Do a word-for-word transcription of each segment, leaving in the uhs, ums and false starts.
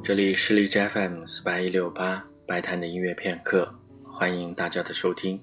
这里是荔枝 F M 四八一六八白谈的音乐片刻，欢迎大家的收听。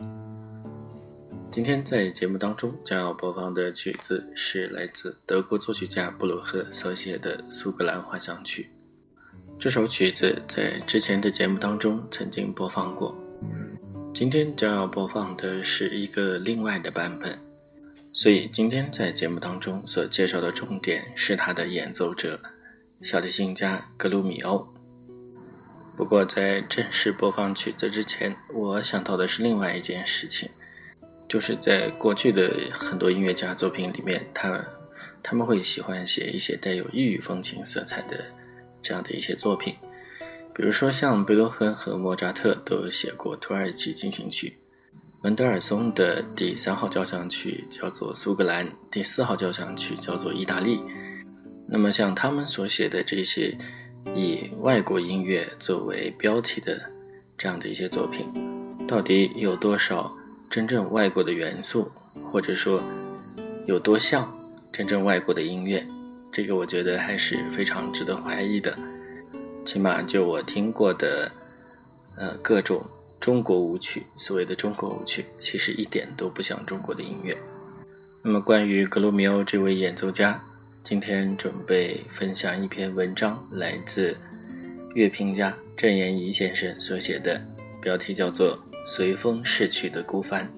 今天在节目当中将要播放的曲子是来自德国作曲家布鲁赫所写的苏格兰幻想曲。这首曲子在之前的节目当中曾经播放过，今天将要播放的是一个另外的版本，所以今天在节目当中所介绍的重点是他的演奏者小提琴家格鲁米欧。不过在正式播放曲子之前，我想到的是另外一件事情，就是在过去的很多音乐家作品里面，他他们会喜欢写一些带有异域风情色彩的这样的一些作品，比如说像贝多芬和莫扎特都有写过土耳其进行曲，门德尔松的第三号交响曲叫做苏格兰，第四号交响曲叫做意大利。那么像他们所写的这些以外国音乐作为标题的这样的一些作品，到底有多少真正外国的元素，或者说有多像真正外国的音乐，这个我觉得还是非常值得怀疑的。起码就我听过的呃各种中国舞曲，所谓的中国舞曲其实一点都不像中国的音乐。那么关于格鲁米欧这位演奏家，今天准备分享一篇文章，来自乐评家郑延仪先生所写的，标题叫做随风逝去的孤帆。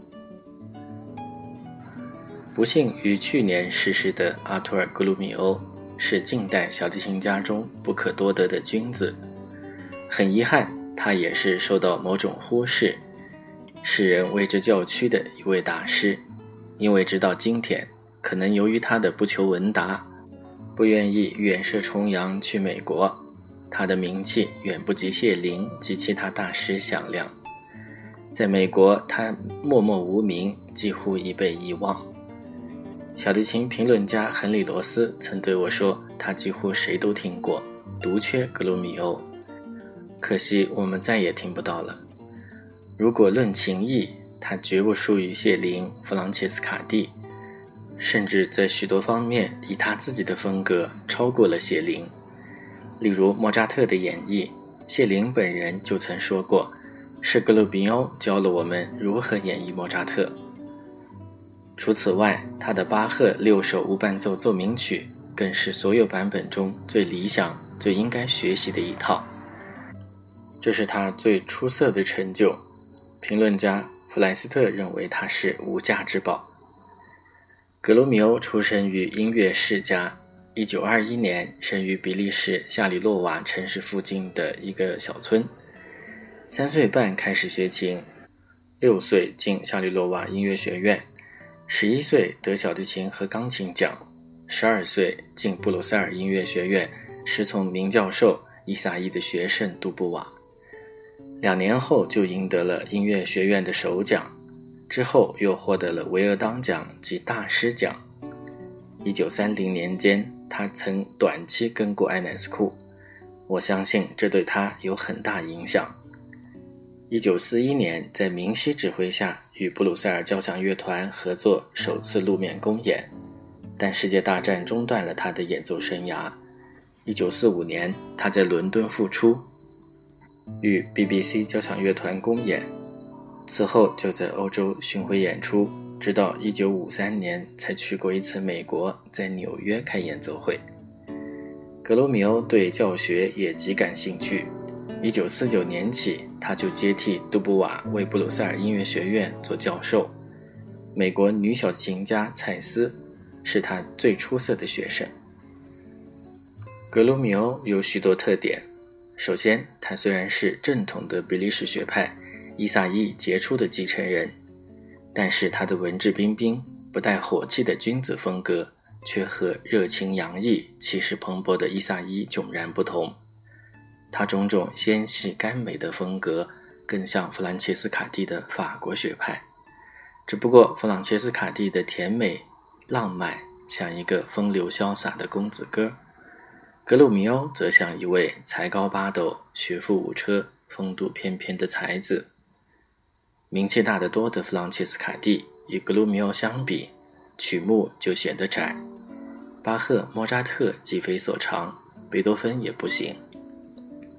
不幸于去年逝世的阿图尔·格鲁米欧是近代小提琴家中不可多得的君子，很遗憾他也是受到某种忽视，世人为之叫屈的一位大师。因为直到今天，可能由于他的不求闻达，不愿意远涉重洋去美国，他的名气远不及谢林及其他大师响亮。在美国，他默默无名，几乎已被遗忘。小提琴评论家亨利·罗斯曾对我说，他几乎谁都听过，独缺格鲁米欧。可惜我们再也听不到了。如果论琴艺，他绝不输于谢林、弗朗切斯卡蒂，甚至在许多方面以他自己的风格超过了谢林。例如莫扎特的演绎，谢林本人就曾说过，是格鲁米欧教了我们如何演绎莫扎特。除此外，他的巴赫六首无伴奏奏鸣曲更是所有版本中最理想、最应该学习的一套。这是他最出色的成就，评论家弗莱斯特认为他是无价之宝。格鲁米欧出生于音乐世家，一九二一年生于比利时夏里洛瓦城市附近的一个小村。三岁半开始学琴，六岁进夏里洛瓦音乐学院，十一岁得小提琴和钢琴奖，十二岁进布鲁塞尔音乐学院，师从名教授伊萨伊的学生杜布瓦。两年后就赢得了音乐学院的首奖，之后又获得了维尔当奖及大师奖。一九三零年间，他曾短期跟过埃乃斯库，我相信这对他有很大影响。一九四一年，在明熙指挥下与布鲁塞尔交响乐团合作首次路面公演，但世界大战中断了他的演奏生涯。一九四五年，他在伦敦复出，与 B B C 交响乐团公演，此后就在欧洲巡回演出，直到一九五三年才去过一次美国，在纽约开演奏会。格鲁米欧对教学也极感兴趣，一九四九年起，他就接替杜布瓦为布鲁塞尔音乐学院做教授。美国女小提琴家蔡斯是他最出色的学生。格鲁米欧有许多特点，首先，他虽然是正统的比利时学派伊萨伊杰出的继承人，但是他的文质彬彬、不带火气的君子风格却和热情洋溢、气势蓬勃的伊萨伊迥然不同。他种种纤细甘美的风格更像弗兰切斯卡蒂的法国学派，只不过弗朗切斯卡蒂的甜美浪漫像一个风流潇洒的公子哥，格鲁米欧则像一位才高八斗、学富五车、风度翩翩的才子。名气大得多的弗朗切斯卡蒂与格鲁米欧相比，曲目就显得窄，巴赫、莫扎特既非所长，贝多芬也不行。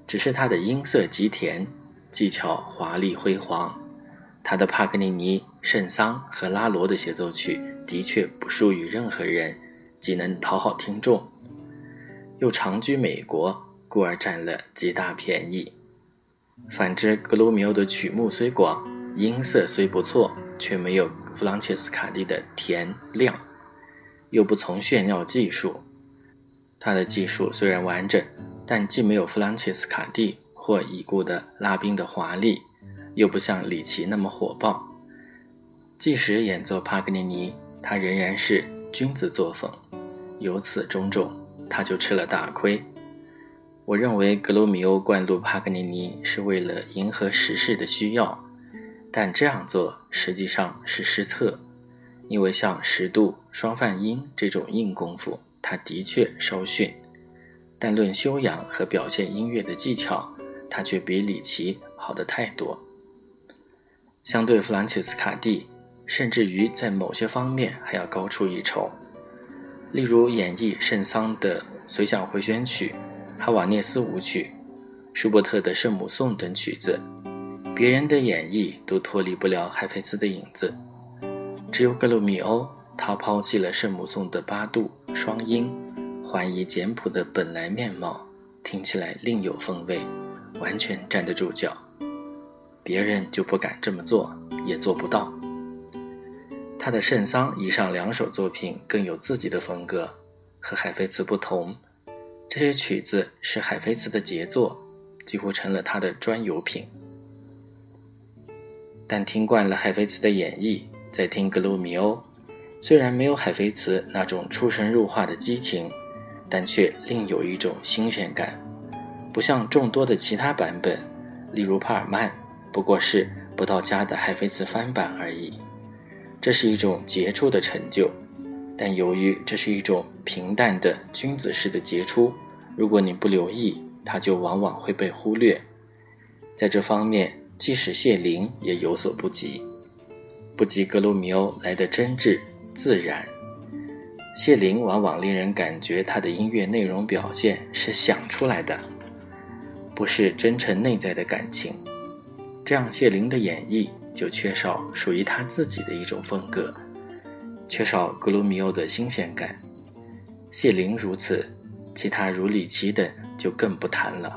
只是他的音色极甜，技巧华丽辉煌。他的帕格尼尼、圣桑和拉罗的协奏曲的确不输于任何人，既能讨好听众，又长居美国，故而占了极大便宜。反之，格鲁米欧的曲目虽广，音色虽不错，却没有弗朗切斯卡蒂的甜亮，又不从炫耀技术。他的技术虽然完整，但既没有弗朗切斯卡蒂或已故的拉宾的华丽，又不像里奇那么火爆。即使演奏帕格尼尼，他仍然是君子作风，由此种种，他就吃了大亏。我认为格鲁米欧灌录帕格尼尼是为了迎合时事的需要，但这样做实际上是失策，因为像十度、双泛音这种硬功夫，他的确稍逊，但论修养和表现音乐的技巧，他却比里奇好得太多。相对弗朗切斯卡蒂，甚至于在某些方面还要高出一筹。例如演绎圣桑的随想回旋曲、哈瓦涅斯舞曲、舒伯特的圣母颂等曲子，别人的演绎都脱离不了海菲茨的影子。只有格鲁米欧，他抛弃了圣母颂的八度、双音，还以简朴的本来面貌，听起来另有风味，完全站得住脚。别人就不敢这么做，也做不到。他的圣桑以上两首作品更有自己的风格，和海菲茨不同。这些曲子是海菲茨的杰作，几乎成了他的专有品。但听惯了海菲茨的演绎，再听格鲁米欧，虽然没有海菲茨那种出神入化的激情，但却另有一种新鲜感。不像众多的其他版本，例如帕尔曼，不过是不到家的海菲茨翻版而已。这是一种杰出的成就，但由于这是一种平淡的君子式的杰出，如果你不留意，它就往往会被忽略。在这方面，即使谢林也有所不及，不及格鲁米欧来得真挚自然。谢林往往令人感觉他的音乐内容表现是想出来的，不是真诚内在的感情。这样谢林的演绎就缺少属于他自己的一种风格，缺少格鲁米欧的新鲜感。谢林如此，其他如里奇等就更不谈了。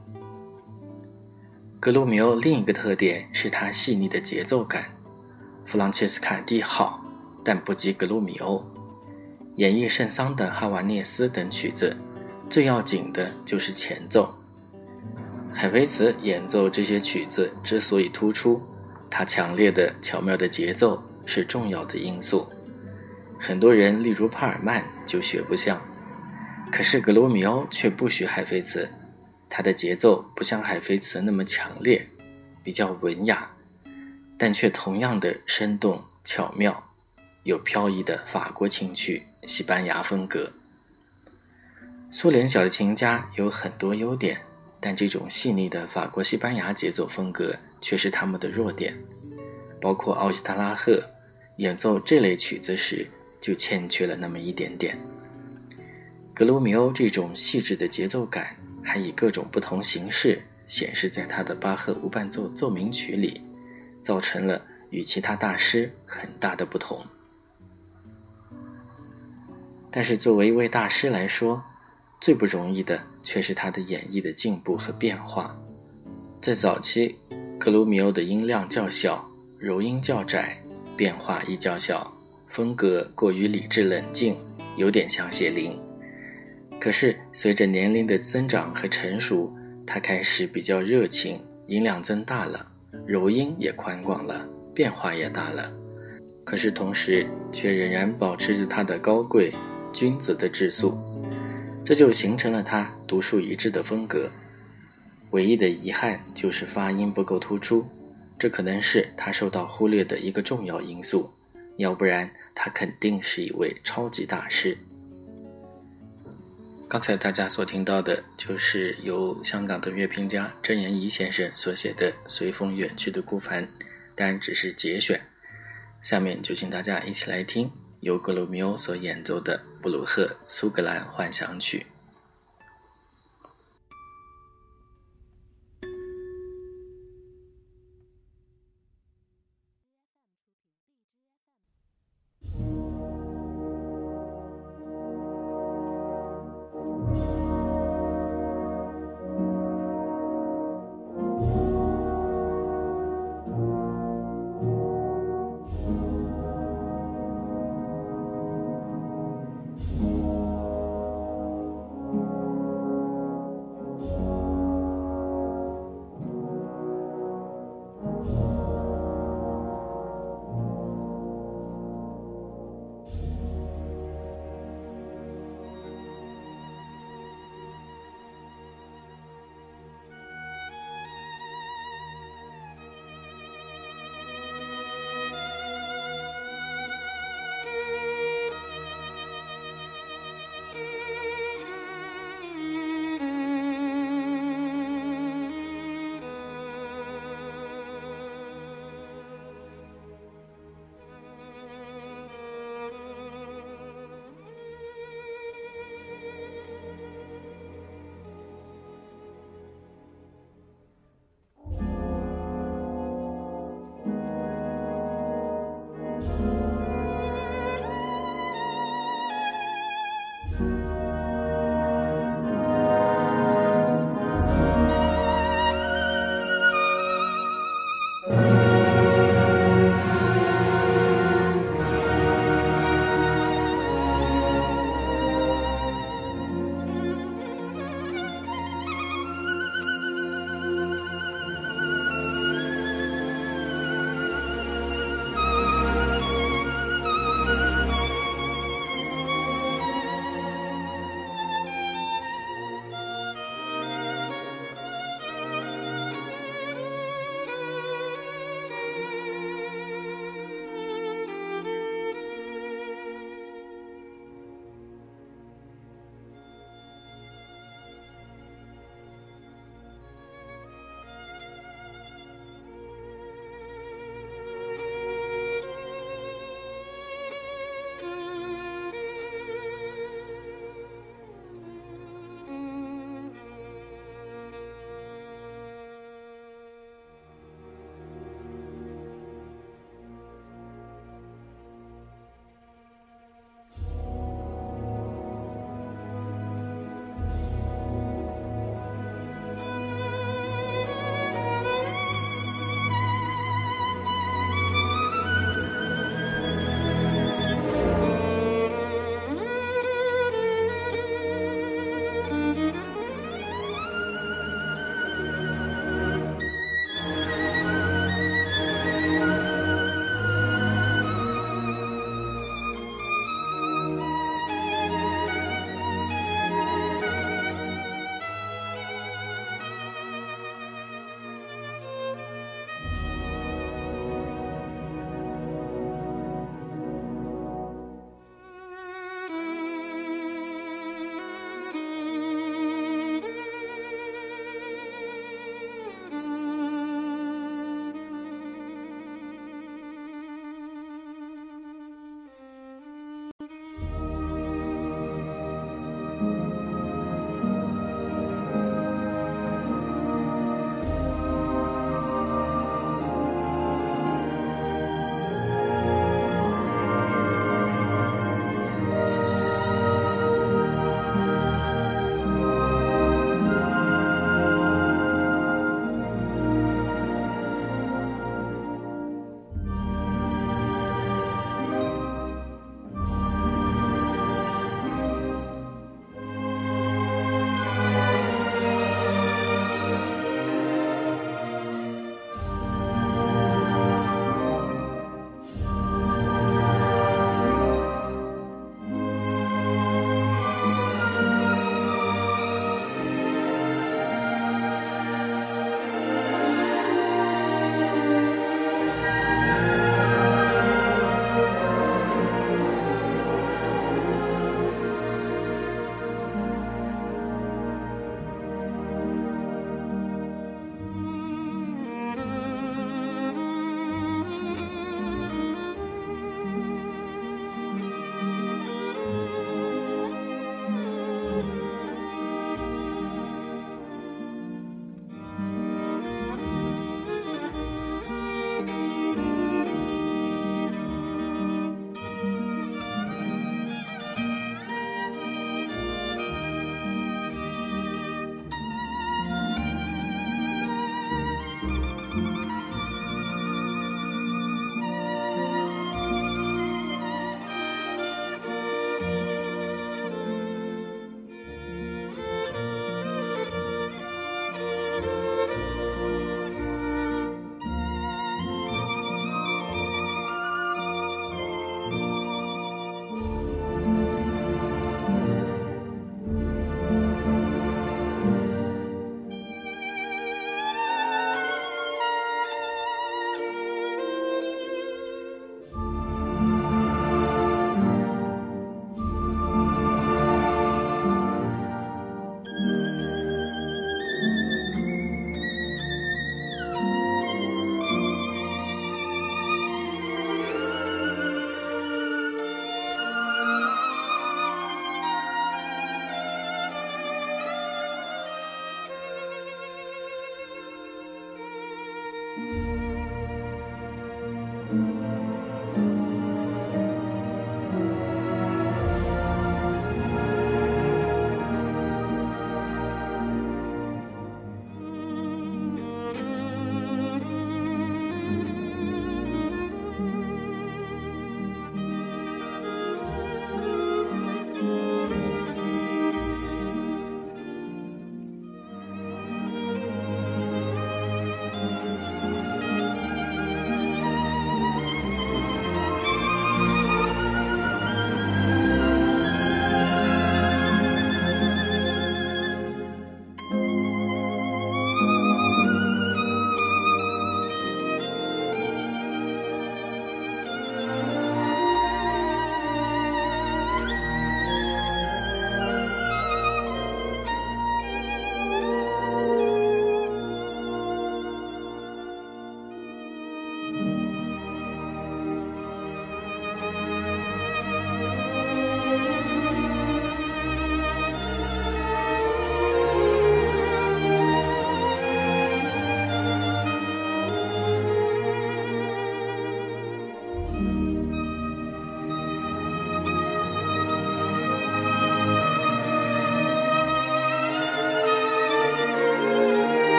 格鲁米欧另一个特点是他细腻的节奏感。弗朗切斯卡蒂好，但不及格鲁米欧。演绎圣桑的哈瓦涅斯等曲子，最要紧的就是前奏。海菲茨演奏这些曲子之所以突出，他强烈的巧妙的节奏是重要的因素。很多人例如帕尔曼就学不像，可是格鲁米欧却不学海菲茨，他的节奏不像海菲茨那么强烈，比较文雅，但却同样的生动巧妙，有飘逸的法国情趣、西班牙风格。苏联小提琴家有很多优点，但这种细腻的法国西班牙节奏风格却是他们的弱点。包括奥斯特拉赫演奏这类曲子时就欠缺了那么一点点。格鲁米欧这种细致的节奏感还以各种不同形式显示在他的巴赫无伴奏奏鸣曲里，造成了与其他大师很大的不同。但是作为一位大师来说，最不容易的却是他的演绎的进步和变化。在早期，格鲁米欧的音量较小，柔音较窄，变化亦较小，风格过于理智冷静，有点像谢林。可是随着年龄的增长和成熟，他开始比较热情，音量增大了，柔音也宽广了，变化也大了。可是同时却仍然保持着他的高贵君子的质素，这就形成了他独树一帜的风格。唯一的遗憾就是发音不够突出，这可能是他受到忽略的一个重要因素，要不然他肯定是一位超级大师。刚才大家所听到的就是由香港的乐评家郑言仪先生所写的《随风远去的孤帆》，当然只是节选。下面就请大家一起来听由格鲁米欧所演奏的布鲁赫苏格兰幻想曲。